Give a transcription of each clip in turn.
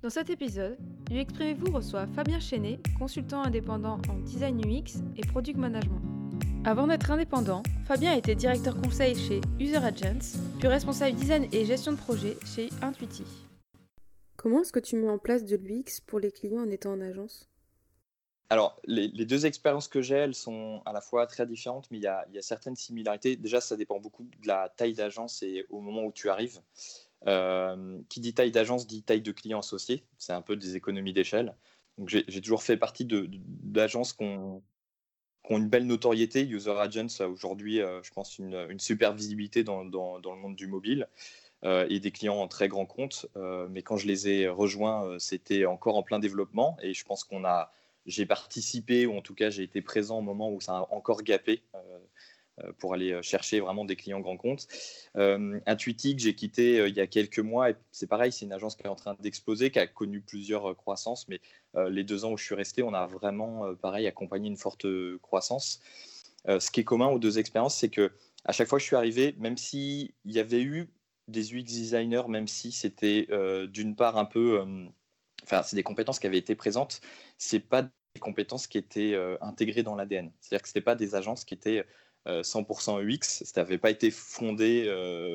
Dans cet épisode, Exprimez-vous reçoit Fabien Chenet, consultant indépendant en design UX et product management. Avant d'être indépendant, Fabien était directeur conseil chez User Agents, puis responsable design et gestion de projet chez Intuiti. Comment est-ce que tu mets en place de l'UX pour les clients en étant en agence ? Alors, les deux expériences que j'ai, elles sont à la fois très différentes, mais il y a certaines similarités. Déjà, ça dépend beaucoup de la taille d'agence et au moment où tu arrives. Qui dit taille d'agence dit taille de client associé. C'est un peu des économies d'échelle. Donc, j'ai toujours fait partie d'agences qui ont une belle notoriété. User Agents a aujourd'hui, je pense, une super visibilité dans le monde du mobile et des clients en très grand compte. Mais quand je les ai rejoints, c'était encore en plein développement et je pense j'ai participé, ou en tout cas j'ai été présent au moment où ça a encore gapé pour aller chercher vraiment des clients grands comptes. Intuiti, que j'ai quitté il y a quelques mois, et c'est pareil, c'est une agence qui est en train d'exploser, qui a connu plusieurs croissances, mais les 2 ans où je suis resté, on a vraiment, pareil, accompagné une forte croissance. Ce qui est commun aux deux expériences, c'est que à chaque fois que je suis arrivé, même s'il y avait eu des UX designers, même si c'était d'une part un peu... c'est des compétences qui avaient été présentes, c'est pas des compétences qui étaient intégrées dans l'ADN. C'est-à-dire que c'était pas des agences qui étaient 100% UX, ça n'avait pas été fondé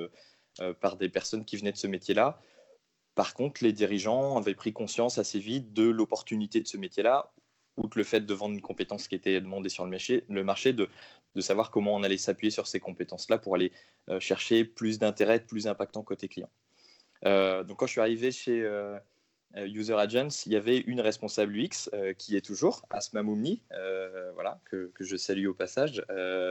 par des personnes qui venaient de ce métier-là. Par contre, les dirigeants avaient pris conscience assez vite de l'opportunité de ce métier-là, outre le fait de vendre une compétence qui était demandée sur le marché, de savoir comment on allait s'appuyer sur ces compétences-là pour aller chercher plus d'intérêt, plus impactant côté client. Donc quand je suis arrivé chez User Agents, il y avait une responsable UX qui est toujours Asma Moumni, que je salue au passage.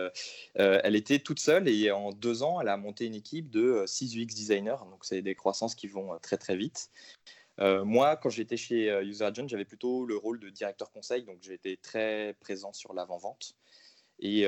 Elle était toute seule et en 2 ans, elle a monté une équipe de 6 UX designers. Donc c'est des croissances qui vont très très vite. Moi, quand j'étais chez User Agents, j'avais plutôt le rôle de directeur conseil, donc j'étais très présent sur l'avant-vente et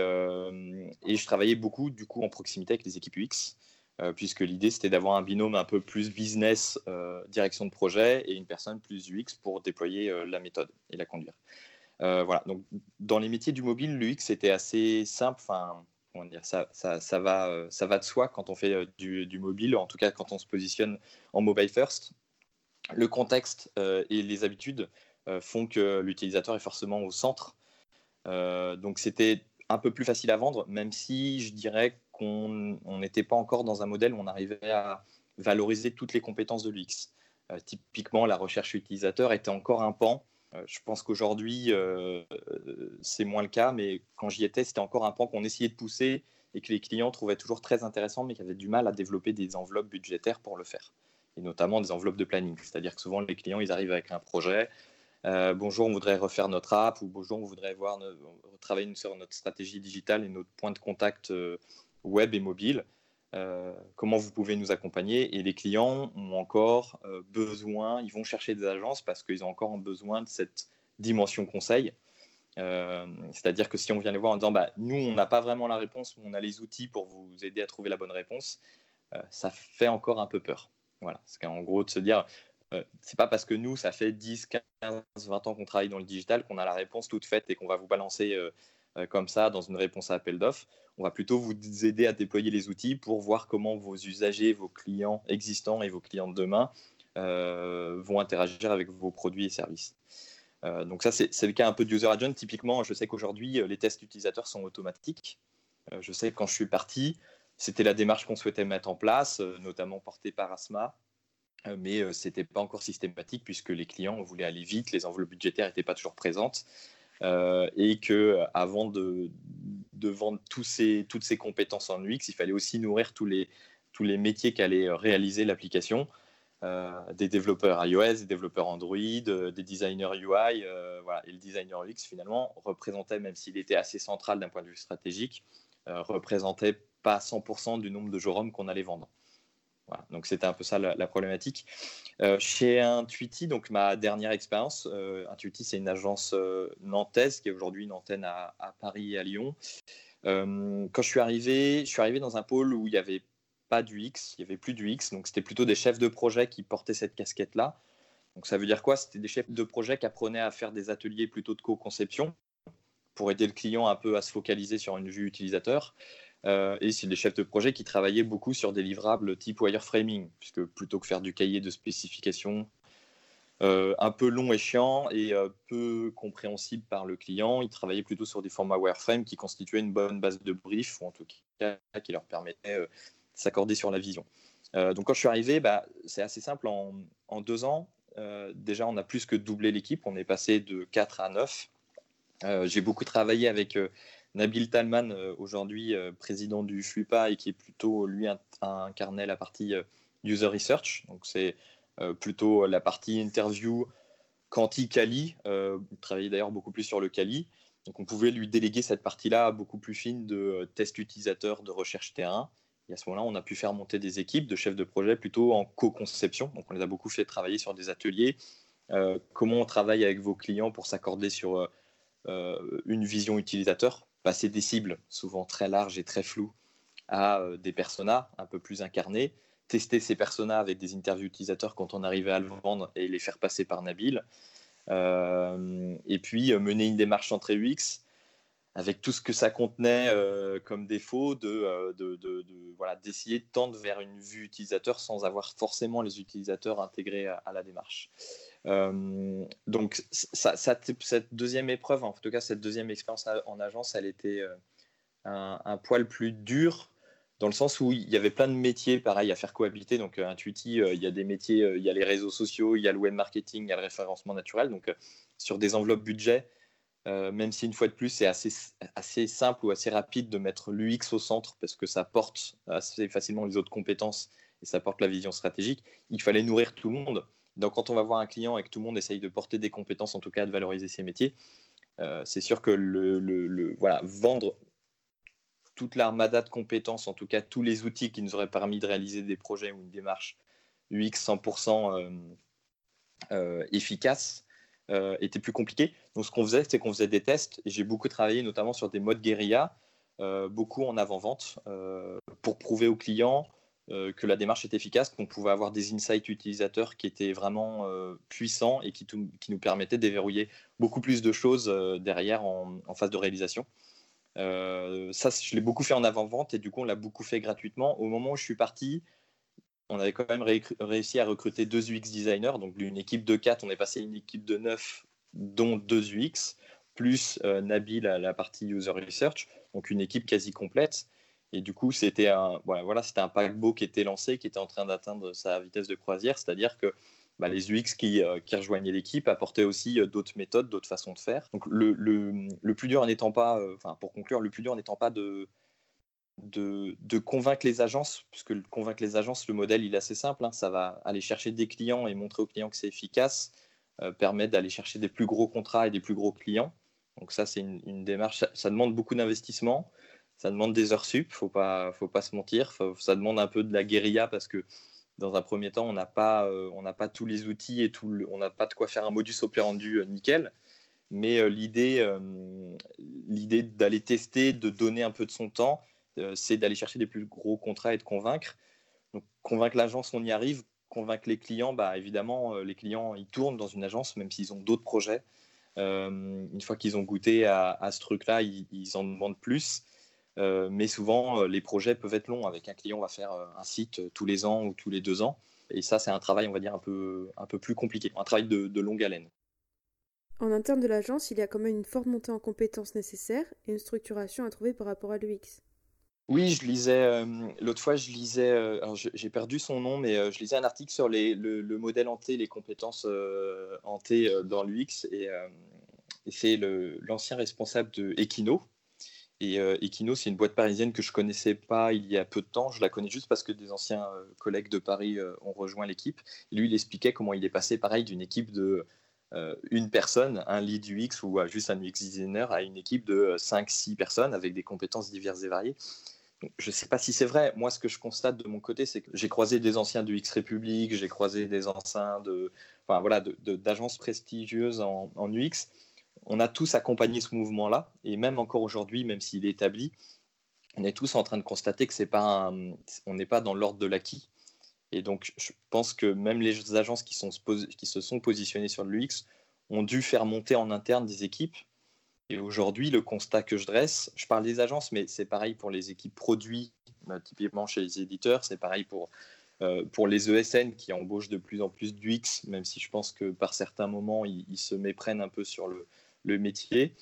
je travaillais beaucoup du coup en proximité avec les équipes UX. Puisque l'idée, c'était d'avoir un binôme un peu plus business, direction de projet, et une personne plus UX pour déployer la méthode et la conduire. Donc, dans les métiers du mobile, l'UX, c'était assez simple. Comment dire, ça va de soi quand on fait du mobile, en tout cas quand on se positionne en mobile first. Le contexte et les habitudes font que l'utilisateur est forcément au centre. Donc, c'était un peu plus facile à vendre, même si je dirais qu'on n'était pas encore dans un modèle où on arrivait à valoriser toutes les compétences de l'UX. Typiquement, la recherche utilisateur était encore un pan. Je pense qu'aujourd'hui, c'est moins le cas, mais quand j'y étais, c'était encore un pan qu'on essayait de pousser et que les clients trouvaient toujours très intéressant, mais qui avaient du mal à développer des enveloppes budgétaires pour le faire, et notamment des enveloppes de planning. C'est-à-dire que souvent, les clients, ils arrivent avec un projet. Bonjour, on voudrait refaire notre app, ou bonjour, on voudrait travailler sur notre stratégie digitale et notre point de contact web et mobile. Comment vous pouvez nous accompagner ? Et les clients ont encore besoin, ils vont chercher des agences parce qu'ils ont encore besoin de cette dimension conseil. C'est-à-dire que si on vient les voir en disant nous, on n'a pas vraiment la réponse, on a les outils pour vous aider à trouver la bonne réponse, ça fait encore un peu peur. Voilà, c'est en gros de se dire, c'est pas parce que nous, ça fait 10, 15, 20 ans qu'on travaille dans le digital qu'on a la réponse toute faite et qu'on va vous balancer comme ça dans une réponse à appel d'offres. On va plutôt vous aider à déployer les outils pour voir comment vos usagers, vos clients existants et vos clients de demain vont interagir avec vos produits et services. Donc ça, c'est le cas un peu de User Agent. Typiquement, je sais qu'aujourd'hui, les tests utilisateurs sont automatiques. Je sais que quand je suis parti, c'était la démarche qu'on souhaitait mettre en place, notamment portée par Asma. Mais ce n'était pas encore systématique puisque les clients voulaient aller vite, les enveloppes budgétaires n'étaient pas toujours présentes et qu'avant de vendre toutes ces compétences en UX, il fallait aussi nourrir tous les métiers qu'allait réaliser l'application, des développeurs iOS, des développeurs Android, des designers UI. Et le designer UX, finalement, représentait, même s'il était assez central d'un point de vue stratégique, représentait pas 100% du nombre de jours-hommes qu'on allait vendre. Voilà, donc c'était un peu ça la problématique. Chez Intuiti, donc ma dernière expérience, Intuiti, c'est une agence nantaise qui est aujourd'hui une antenne à Paris et à Lyon. Quand je suis arrivé dans un pôle où il n'y avait pas d'UX, il n'y avait plus d'UX, donc c'était plutôt des chefs de projet qui portaient cette casquette-là. Donc ça veut dire quoi ? C'était des chefs de projet qui apprenaient à faire des ateliers plutôt de co-conception pour aider le client un peu à se focaliser sur une vue utilisateur. Et c'est des chefs de projet qui travaillaient beaucoup sur des livrables type wireframing, puisque plutôt que faire du cahier de spécifications, un peu long et chiant et peu compréhensible par le client. Ils travaillaient plutôt sur des formats wireframe qui constituaient une bonne base de brief, ou en tout cas qui leur permettaient de s'accorder sur la vision. Donc quand je suis arrivé, c'est assez simple. En 2 ans, déjà, on a plus que doublé l'équipe. On est passé de 4 à 9. J'ai beaucoup travaillé avec Nabil Talman, aujourd'hui président du FLUPA, et qui est plutôt, lui, incarnait la partie user research. Donc c'est plutôt la partie interview quanti-quali. Il travaillait d'ailleurs beaucoup plus sur le quali. Donc on pouvait lui déléguer cette partie-là beaucoup plus fine de test utilisateur, de recherche terrain. Et à ce moment-là, on a pu faire monter des équipes de chefs de projet plutôt en co-conception. Donc on les a beaucoup fait travailler sur des ateliers. Comment on travaille avec vos clients pour s'accorder sur une vision utilisateur, passer des cibles souvent très larges et très floues à des personas un peu plus incarnés, tester ces personas avec des interviews utilisateurs quand on arrivait à le vendre et les faire passer par Nabil. Et puis mener une démarche centrée UX avec tout ce que ça contenait comme défaut d'essayer de tendre vers une vue utilisateur sans avoir forcément les utilisateurs intégrés à la démarche. Donc cette deuxième épreuve, en tout cas cette deuxième expérience en agence, elle était un poil plus dur, dans le sens où il y avait plein de métiers pareil à faire cohabiter. Donc Intuiti, il y a des métiers, il y a les réseaux sociaux, il y a le web marketing, il y a le référencement naturel. Donc sur des enveloppes budget, même si une fois de plus c'est assez simple ou assez rapide de mettre l'UX au centre parce que ça porte assez facilement les autres compétences et ça porte la vision stratégique, il fallait nourrir tout le monde. Donc quand on va voir un client et que tout le monde essaye de porter des compétences, en tout cas de valoriser ses métiers, c'est sûr que vendre toute l'armada de compétences, en tout cas tous les outils qui nous auraient permis de réaliser des projets ou une démarche UX 100% efficace, était plus compliqué. Donc ce qu'on faisait, c'est qu'on faisait des tests, et j'ai beaucoup travaillé notamment sur des modes guérilla, beaucoup en avant-vente, pour prouver aux clients que la démarche était efficace, qu'on pouvait avoir des insights utilisateurs qui étaient vraiment puissants et qui nous permettaient de déverrouiller beaucoup plus de choses derrière en phase de réalisation. Ça, je l'ai beaucoup fait en avant-vente, et du coup, on l'a beaucoup fait gratuitement. Au moment où je suis parti, on avait quand même réussi à recruter 2 UX designers. Donc, d'une équipe de 4, on est passé à une équipe de 9, dont 2 UX, plus Nabil à la partie user research, donc une équipe quasi complète. Et du coup, c'était un paquebot qui était lancé, qui était en train d'atteindre sa vitesse de croisière, c'est-à-dire que les UX qui rejoignaient l'équipe apportaient aussi d'autres méthodes, d'autres façons de faire. Donc le plus dur n'étant pas, pour conclure, le plus dur n'étant pas de convaincre les agences, puisque convaincre les agences, le modèle il est assez simple, ça va aller chercher des clients et montrer aux clients que c'est efficace, permettre d'aller chercher des plus gros contrats et des plus gros clients. Donc ça, c'est une démarche, ça demande beaucoup d'investissement, ça demande des heures sup, faut pas se mentir, ça demande un peu de la guérilla, parce que dans un premier temps, on n'a pas tous les outils et on n'a pas de quoi faire un modus operandi nickel. Mais l'idée d'aller tester, de donner un peu de son temps, c'est d'aller chercher des plus gros contrats et de convaincre. Donc, convaincre l'agence, on y arrive. Convaincre les clients, évidemment, les clients, ils tournent dans une agence, même s'ils ont d'autres projets. Une fois qu'ils ont goûté à ce truc-là, ils en demandent plus. Mais souvent, les projets peuvent être longs. Avec un client, on va faire un site tous les ans ou tous les 2 ans. Et ça, c'est un travail, on va dire, un peu plus compliqué, un travail de longue haleine. En interne de l'agence, il y a quand même une forte montée en compétences nécessaires et une structuration à trouver par rapport à l'UX. Oui, je lisais, l'autre fois, alors j'ai perdu son nom, mais je lisais un article sur le modèle Ante, les compétences Ante dans l'UX, et c'est l'ancien responsable de Equino. Et Equino, c'est une boîte parisienne que je ne connaissais pas il y a peu de temps. Je la connais juste parce que des anciens collègues de Paris ont rejoint l'équipe. Et lui, il expliquait comment il est passé, pareil, d'une équipe de une personne, un lead UX ou juste un UX designer, à une équipe de 5-6 personnes avec des compétences diverses et variées. Donc, je ne sais pas si c'est vrai. Moi, ce que je constate de mon côté, c'est que j'ai croisé des anciens du X République, j'ai croisé des anciens d'agences prestigieuses en UX. On a tous accompagné ce mouvement-là, et même encore aujourd'hui, même s'il est établi, on est tous en train de constater que on n'est pas dans l'ordre de l'acquis. Et donc, je pense que même les agences qui se sont positionnées sur l'UX ont dû faire monter en interne des équipes. Et aujourd'hui, le constat que je dresse, je parle des agences, mais c'est pareil pour les équipes produits, typiquement chez les éditeurs, c'est pareil pour pour les ESN qui embauchent de plus en plus d'UX, même si je pense que par certains moments, ils se méprennent un peu sur le métier.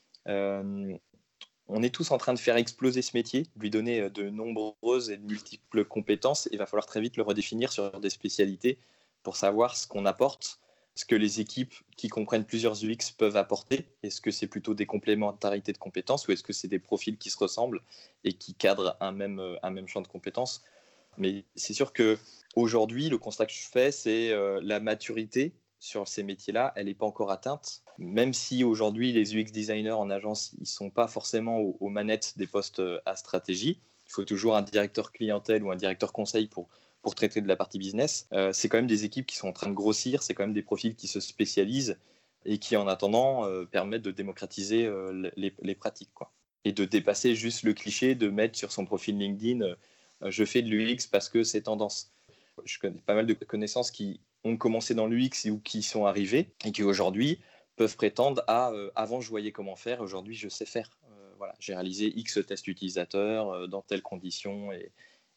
On est tous en train de faire exploser ce métier, lui donner de nombreuses et de multiples compétences. Il va falloir très vite le redéfinir sur des spécialités pour savoir ce qu'on apporte, ce que les équipes qui comprennent plusieurs UX peuvent apporter. Est-ce que c'est plutôt des complémentarités de compétences ou est-ce que c'est des profils qui se ressemblent et qui cadrent un même champ de compétences? Mais c'est sûr qu'aujourd'hui, le constat que je fais, c'est la maturité sur ces métiers-là, elle n'est pas encore atteinte. Même si aujourd'hui, les UX designers en agence, ils ne sont pas forcément aux manettes des postes à stratégie. Il faut toujours un directeur clientèle ou un directeur conseil pour traiter de la partie business. C'est quand même des équipes qui sont en train de grossir, c'est quand même des profils qui se spécialisent et qui, en attendant, permettent de démocratiser les pratiques, quoi. Et de dépasser juste le cliché de mettre sur son profil LinkedIn je fais de l'UX parce que c'est tendance. Je connais pas mal de connaissances qui ont commencé dans l'UX ou qui sont arrivées et qui aujourd'hui peuvent prétendre à avant je voyais comment faire, aujourd'hui je sais faire. Voilà, j'ai réalisé X tests utilisateurs dans telles conditions et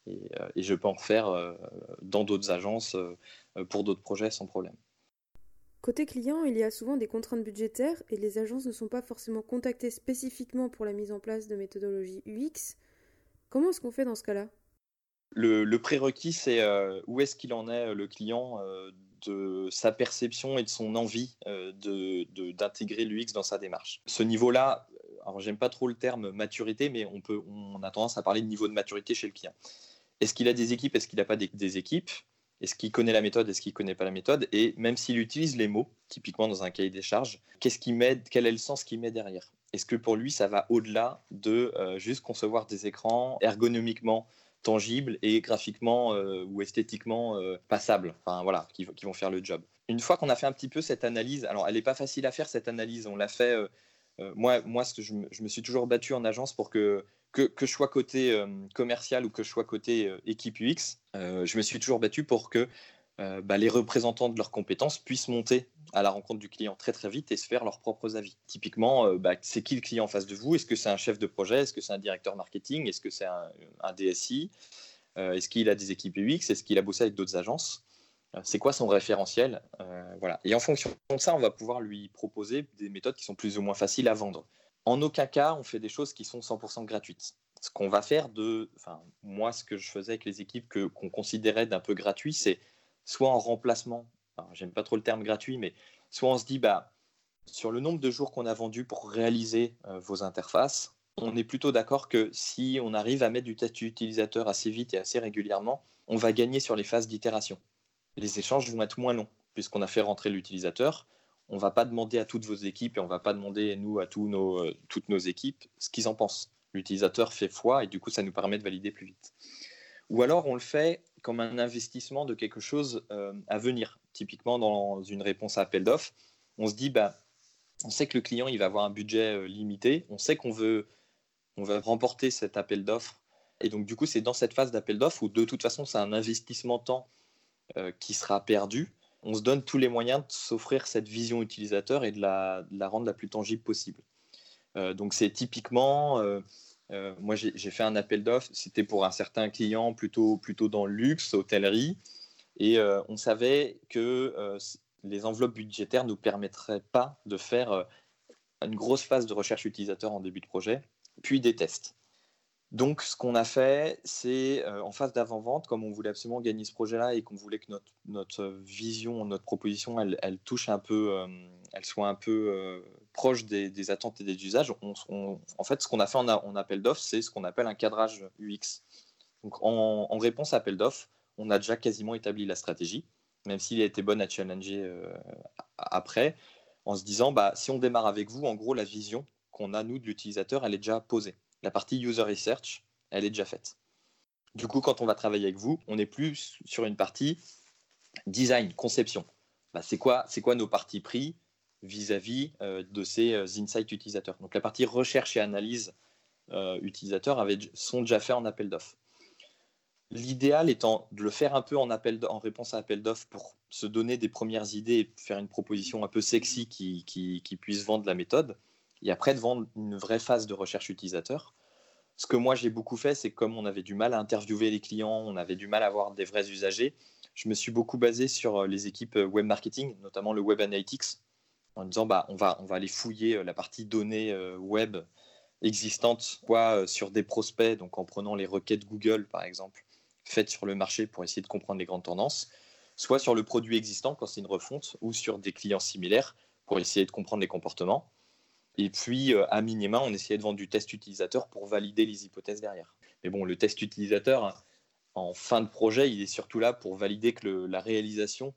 je peux en refaire dans d'autres agences pour d'autres projets sans problème. Côté client, il y a souvent des contraintes budgétaires et les agences ne sont pas forcément contactées spécifiquement pour la mise en place de méthodologies UX. Comment est-ce qu'on fait dans ce cas-là ? Le prérequis, c'est où est-ce qu'il en est, le client, de sa perception et de son envie d'intégrer l'UX dans sa démarche. Ce niveau-là, alors j'aime pas trop le terme maturité, mais on a tendance à parler de niveau de maturité chez le client. Est-ce qu'il a des équipes? Est-ce qu'il n'a pas des équipes? Est-ce qu'il connaît la méthode? Est-ce qu'il ne connaît pas la méthode? Et même s'il utilise les mots, typiquement dans un cahier des charges, quel est le sens qu'il met derrière? Est-ce que pour lui, ça va au-delà de juste concevoir des écrans ergonomiquement tangibles et graphiquement ou esthétiquement passables, enfin voilà, qui vont faire le job. Une fois qu'on a fait un petit peu cette analyse, alors elle n'est pas facile à faire cette analyse, on l'a fait, moi je me suis toujours battu en agence pour que je sois côté commercial ou que je sois côté équipe UX, je me suis toujours battu pour que les représentants de leurs compétences puissent monter à la rencontre du client très très vite et se faire leurs propres avis. Typiquement, c'est qui le client en face de vous? Est-ce que c'est un chef de projet? Est-ce que c'est un directeur marketing? Est-ce que c'est un DSI? Est-ce qu'il a des équipes UX? Est-ce qu'il a bossé avec d'autres agences? C'est quoi son référentiel? Voilà. Et en fonction de ça, on va pouvoir lui proposer des méthodes qui sont plus ou moins faciles à vendre. En aucun cas, on fait des choses qui sont 100% gratuites. Ce qu'on va faire moi, ce que je faisais avec les équipes qu'on considérait d'un peu gratuit, c'est soit en remplacement, j'aime pas trop le terme gratuit, mais soit on se dit, sur le nombre de jours qu'on a vendu pour réaliser vos interfaces, on est plutôt d'accord que si on arrive à mettre du test utilisateur assez vite et assez régulièrement, on va gagner sur les phases d'itération. Les échanges vont être moins longs, puisqu'on a fait rentrer l'utilisateur. On ne va pas demander à toutes vos équipes et on ne va pas demander, nous, à toutes nos équipes, ce qu'ils en pensent. L'utilisateur fait foi et du coup, ça nous permet de valider plus vite. Ou alors, on le fait comme un investissement de quelque chose à venir. Typiquement, dans une réponse à appel d'offres, on se dit, on sait que le client il va avoir un budget limité, on sait qu'on veut remporter cet appel d'offres. Et donc, du coup, c'est dans cette phase d'appel d'offres où, de toute façon, c'est un investissement temps qui sera perdu. On se donne tous les moyens de s'offrir cette vision utilisateur et de la rendre la plus tangible possible. Donc, c'est typiquement... moi, j'ai fait un appel d'offres, c'était pour un certain client plutôt dans le luxe, hôtellerie, et on savait que les enveloppes budgétaires ne nous permettraient pas de faire une grosse phase de recherche utilisateur en début de projet, puis des tests. Donc, ce qu'on a fait, c'est en phase d'avant-vente, comme on voulait absolument gagner ce projet-là et qu'on voulait que notre vision, notre proposition, elle touche un peu, elle soit un peu proche des attentes et des usages. En fait, ce qu'on a fait en appel d'offres, c'est ce qu'on appelle un cadrage UX. Donc, en réponse à appel d'offres, on a déjà quasiment établi la stratégie, même s'il a été bon à challenger après, en se disant, si on démarre avec vous, en gros, la vision qu'on a, nous, de l'utilisateur, elle est déjà posée. La partie user research, elle est déjà faite. Du coup, quand on va travailler avec vous, on n'est plus sur une partie design, conception. C'est quoi nos parties pris vis-à-vis de ces insights utilisateurs. Donc la partie recherche et analyse utilisateurs sont déjà faits en appel d'offres. L'idéal étant de le faire un peu en réponse à appel d'offres pour se donner des premières idées et faire une proposition un peu sexy qui puisse vendre la méthode. Et après, de vendre une vraie phase de recherche utilisateur. Ce que moi j'ai beaucoup fait, c'est que comme on avait du mal à interviewer les clients, on avait du mal à avoir des vrais usagers, je me suis beaucoup basé sur les équipes web marketing, notamment le web analytics, en disant on va aller fouiller la partie données web existantes, soit sur des prospects, donc en prenant les requêtes Google par exemple, faites sur le marché pour essayer de comprendre les grandes tendances, soit sur le produit existant quand c'est une refonte, ou sur des clients similaires pour essayer de comprendre les comportements. Et puis, à minima, on essayait de vendre du test utilisateur pour valider les hypothèses derrière. Mais bon, le test utilisateur, en fin de projet, il est surtout là pour valider que la réalisation,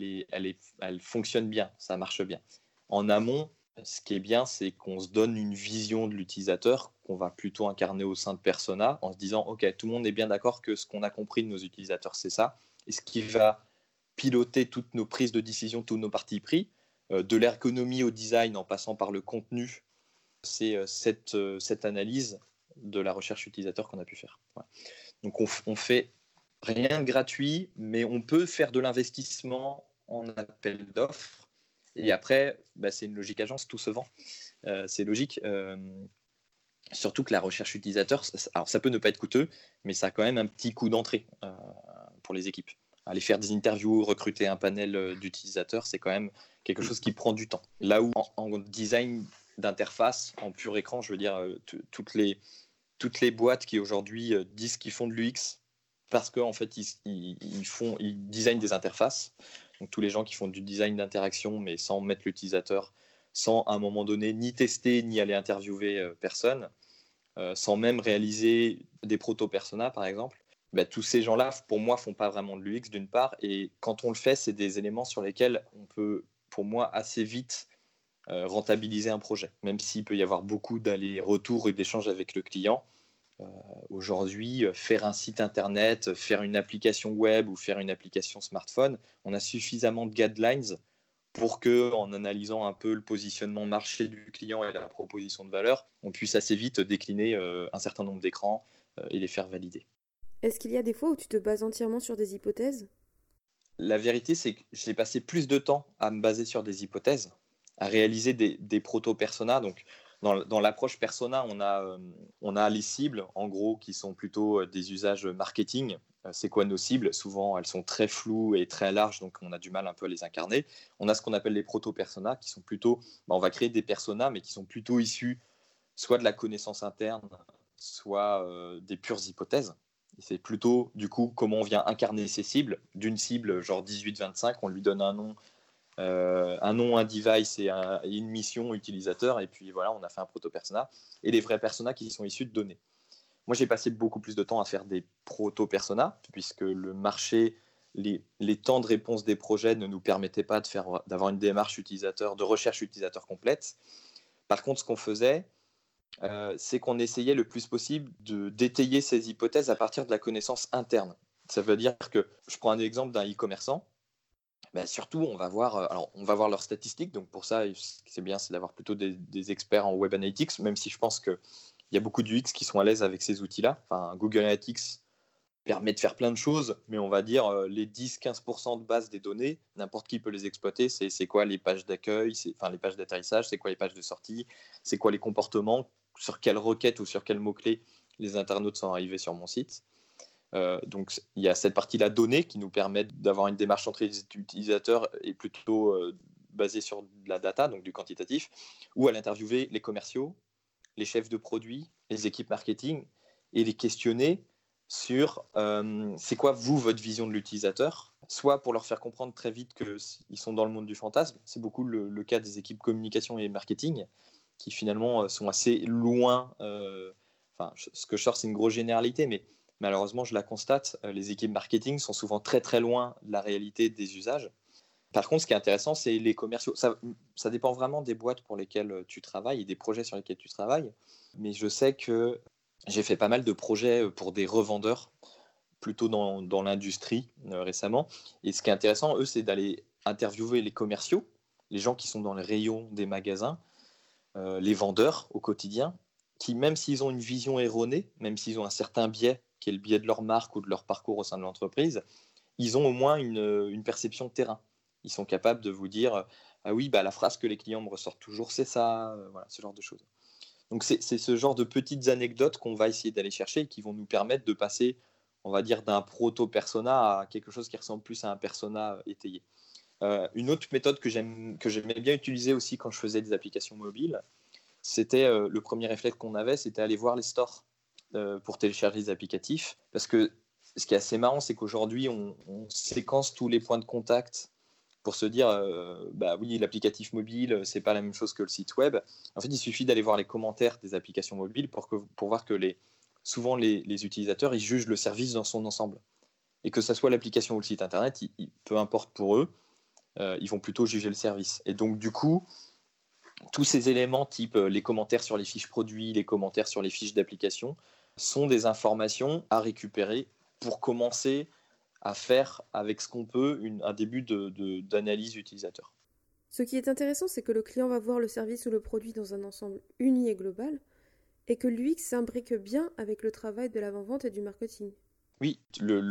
elle fonctionne bien, ça marche bien. En amont, ce qui est bien, c'est qu'on se donne une vision de l'utilisateur qu'on va plutôt incarner au sein de Persona en se disant, OK, tout le monde est bien d'accord que ce qu'on a compris de nos utilisateurs, c'est ça. Et ce qui va piloter toutes nos prises de décision, tous nos partis pris, de l'ergonomie au design en passant par le contenu, c'est cette analyse de la recherche utilisateur qu'on a pu faire. Ouais. Donc on fait rien de gratuit, mais on peut faire de l'investissement en appel d'offres. Et après, c'est une logique agence, tout se vend. C'est logique. Surtout que la recherche utilisateur, alors ça peut ne pas être coûteux, mais ça a quand même un petit coût d'entrée pour les équipes. Aller faire des interviews, recruter un panel d'utilisateurs, c'est quand même quelque chose qui prend du temps. Là où en design d'interface, en pur écran, je veux dire, toutes les boîtes qui aujourd'hui disent qu'ils font de l'UX parce qu'en fait, ils designent des interfaces. Donc tous les gens qui font du design d'interaction, mais sans mettre l'utilisateur, sans à un moment donné ni tester, ni aller interviewer personne, sans même réaliser des proto-personas, par exemple, tous ces gens-là, pour moi, font pas vraiment de l'UX d'une part, et quand on le fait, c'est des éléments sur lesquels on peut, pour moi, assez vite rentabiliser un projet, même s'il peut y avoir beaucoup d'allers-retours et d'échanges avec le client. Aujourd'hui, faire un site internet, faire une application web ou faire une application smartphone, on a suffisamment de guidelines pour que, en analysant un peu le positionnement marché du client et la proposition de valeur, on puisse assez vite décliner un certain nombre d'écrans et les faire valider. Est-ce qu'il y a des fois où tu te bases entièrement sur des hypothèses ? La vérité, c'est que j'ai passé plus de temps à me baser sur des hypothèses, à réaliser des proto-personas. Donc, dans l'approche persona, on a les cibles, en gros, qui sont plutôt des usages marketing. C'est quoi nos cibles ? Souvent, elles sont très floues et très larges, donc on a du mal un peu à les incarner. On a ce qu'on appelle les proto-personas, qui sont plutôt, on va créer des personas, mais qui sont plutôt issus soit de la connaissance interne, soit des pures hypothèses. Et c'est plutôt, du coup, comment on vient incarner ces cibles. D'une cible, genre 18-25, on lui donne un nom, un device et une mission utilisateur, et puis voilà, on a fait un proto-persona. Et les vrais personas qui sont issus de données. Moi, j'ai passé beaucoup plus de temps à faire des proto-personas, puisque le marché, les temps de réponse des projets ne nous permettaient pas d'avoir une démarche utilisateur, de recherche utilisateur complète. Par contre, ce qu'on faisait, c'est qu'on essayait le plus possible de d'étayer ces hypothèses à partir de la connaissance interne. Ça veut dire que, je prends un exemple d'un e-commerçant, surtout, on va voir leurs statistiques. Donc pour ça, ce qui est bien, c'est d'avoir plutôt des experts en web analytics, même si je pense qu'il y a beaucoup d'UX qui sont à l'aise avec ces outils-là. Enfin, Google Analytics permet de faire plein de choses, mais on va dire les 10-15% de base des données, n'importe qui peut les exploiter. C'est quoi les pages d'accueil, les pages d'atterrissage, c'est quoi les pages de sortie, c'est quoi les comportements, sur quelles requêtes ou sur quels mots-clés les internautes sont arrivés sur mon site. Donc il y a cette partie-là donnée qui nous permet d'avoir une démarche centrée des utilisateurs et plutôt basée sur de la data, donc du quantitatif, où elle interviewer les commerciaux, les chefs de produits, les équipes marketing, et les questionner sur c'est quoi votre vision de l'utilisateur, soit pour leur faire comprendre très vite qu'ils sont dans le monde du fantasme. C'est beaucoup le cas des équipes communication et marketing qui finalement sont assez loin. Ce que je sors, c'est une grosse généralité, mais malheureusement, je la constate, les équipes marketing sont souvent très très loin de la réalité des usages. Par contre, ce qui est intéressant, c'est les commerciaux. Ça dépend vraiment des boîtes pour lesquelles tu travailles et des projets sur lesquels tu travailles. Mais je sais que j'ai fait pas mal de projets pour des revendeurs, plutôt dans l'industrie récemment. Et ce qui est intéressant, eux, c'est d'aller interviewer les commerciaux, les gens qui sont dans les rayons des magasins, les vendeurs au quotidien, qui, même s'ils ont une vision erronée, même s'ils ont un certain biais, qui est le biais de leur marque ou de leur parcours au sein de l'entreprise, ils ont au moins une perception de terrain. Ils sont capables de vous dire « Ah oui, la phrase que les clients me ressortent toujours, c'est ça », voilà, ce genre de choses. Donc c'est ce genre de petites anecdotes qu'on va essayer d'aller chercher et qui vont nous permettre de passer, on va dire, d'un proto-persona à quelque chose qui ressemble plus à un persona étayé. Une autre méthode que j'aimais bien utiliser aussi quand je faisais des applications mobiles, c'était le premier réflexe qu'on avait, c'était aller voir les stores pour télécharger des applicatifs. Parce que ce qui est assez marrant, c'est qu'aujourd'hui, on séquence tous les points de contact pour se dire, bah oui, l'applicatif mobile, c'est pas la même chose que le site web. En fait, il suffit d'aller voir les commentaires des applications mobiles pour voir que souvent les utilisateurs, ils jugent le service dans son ensemble. Et que ça soit l'application ou le site internet, peu importe pour eux, ils vont plutôt juger le service. Et donc, du coup, tous ces éléments type les commentaires sur les fiches produits, les commentaires sur les fiches d'application, sont des informations à récupérer pour commencer à faire avec ce qu'on peut un début d'analyse utilisateur. Ce qui est intéressant, c'est que le client va voir le service ou le produit dans un ensemble uni et global, et que l'UX s'imbrique bien avec le travail de l'avant-vente et du marketing. Oui,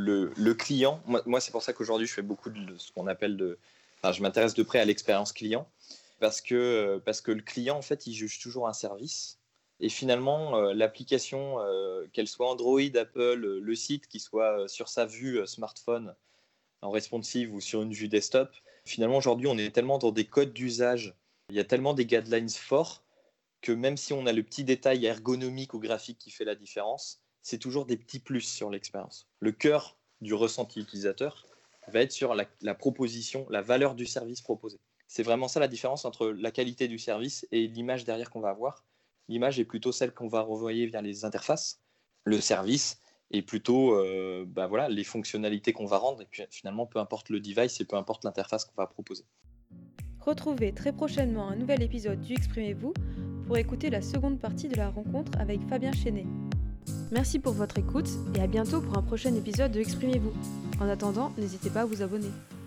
le client, moi c'est pour ça qu'aujourd'hui je fais beaucoup de ce qu'on appelle je m'intéresse de près à l'expérience client, parce que le client, en fait, il juge toujours un service. Et finalement, l'application, qu'elle soit Android, Apple, le site, qui soit sur sa vue smartphone en responsive ou sur une vue desktop, finalement, aujourd'hui, on est tellement dans des codes d'usage, il y a tellement des guidelines forts que même si on a le petit détail ergonomique ou graphique qui fait la différence, c'est toujours des petits plus sur l'expérience. Le cœur du ressenti utilisateur va être sur la proposition, la valeur du service proposé. C'est vraiment ça la différence entre la qualité du service et l'image derrière qu'on va avoir. L'image est plutôt celle qu'on va renvoyer via les interfaces. Le service est plutôt les fonctionnalités qu'on va rendre. Et puis finalement, peu importe le device et peu importe l'interface qu'on va proposer. Retrouvez très prochainement un nouvel épisode du Exprimez-vous pour écouter la seconde partie de la rencontre avec Fabien Chenet. Merci pour votre écoute et à bientôt pour un prochain épisode de Exprimez-vous. En attendant, n'hésitez pas à vous abonner.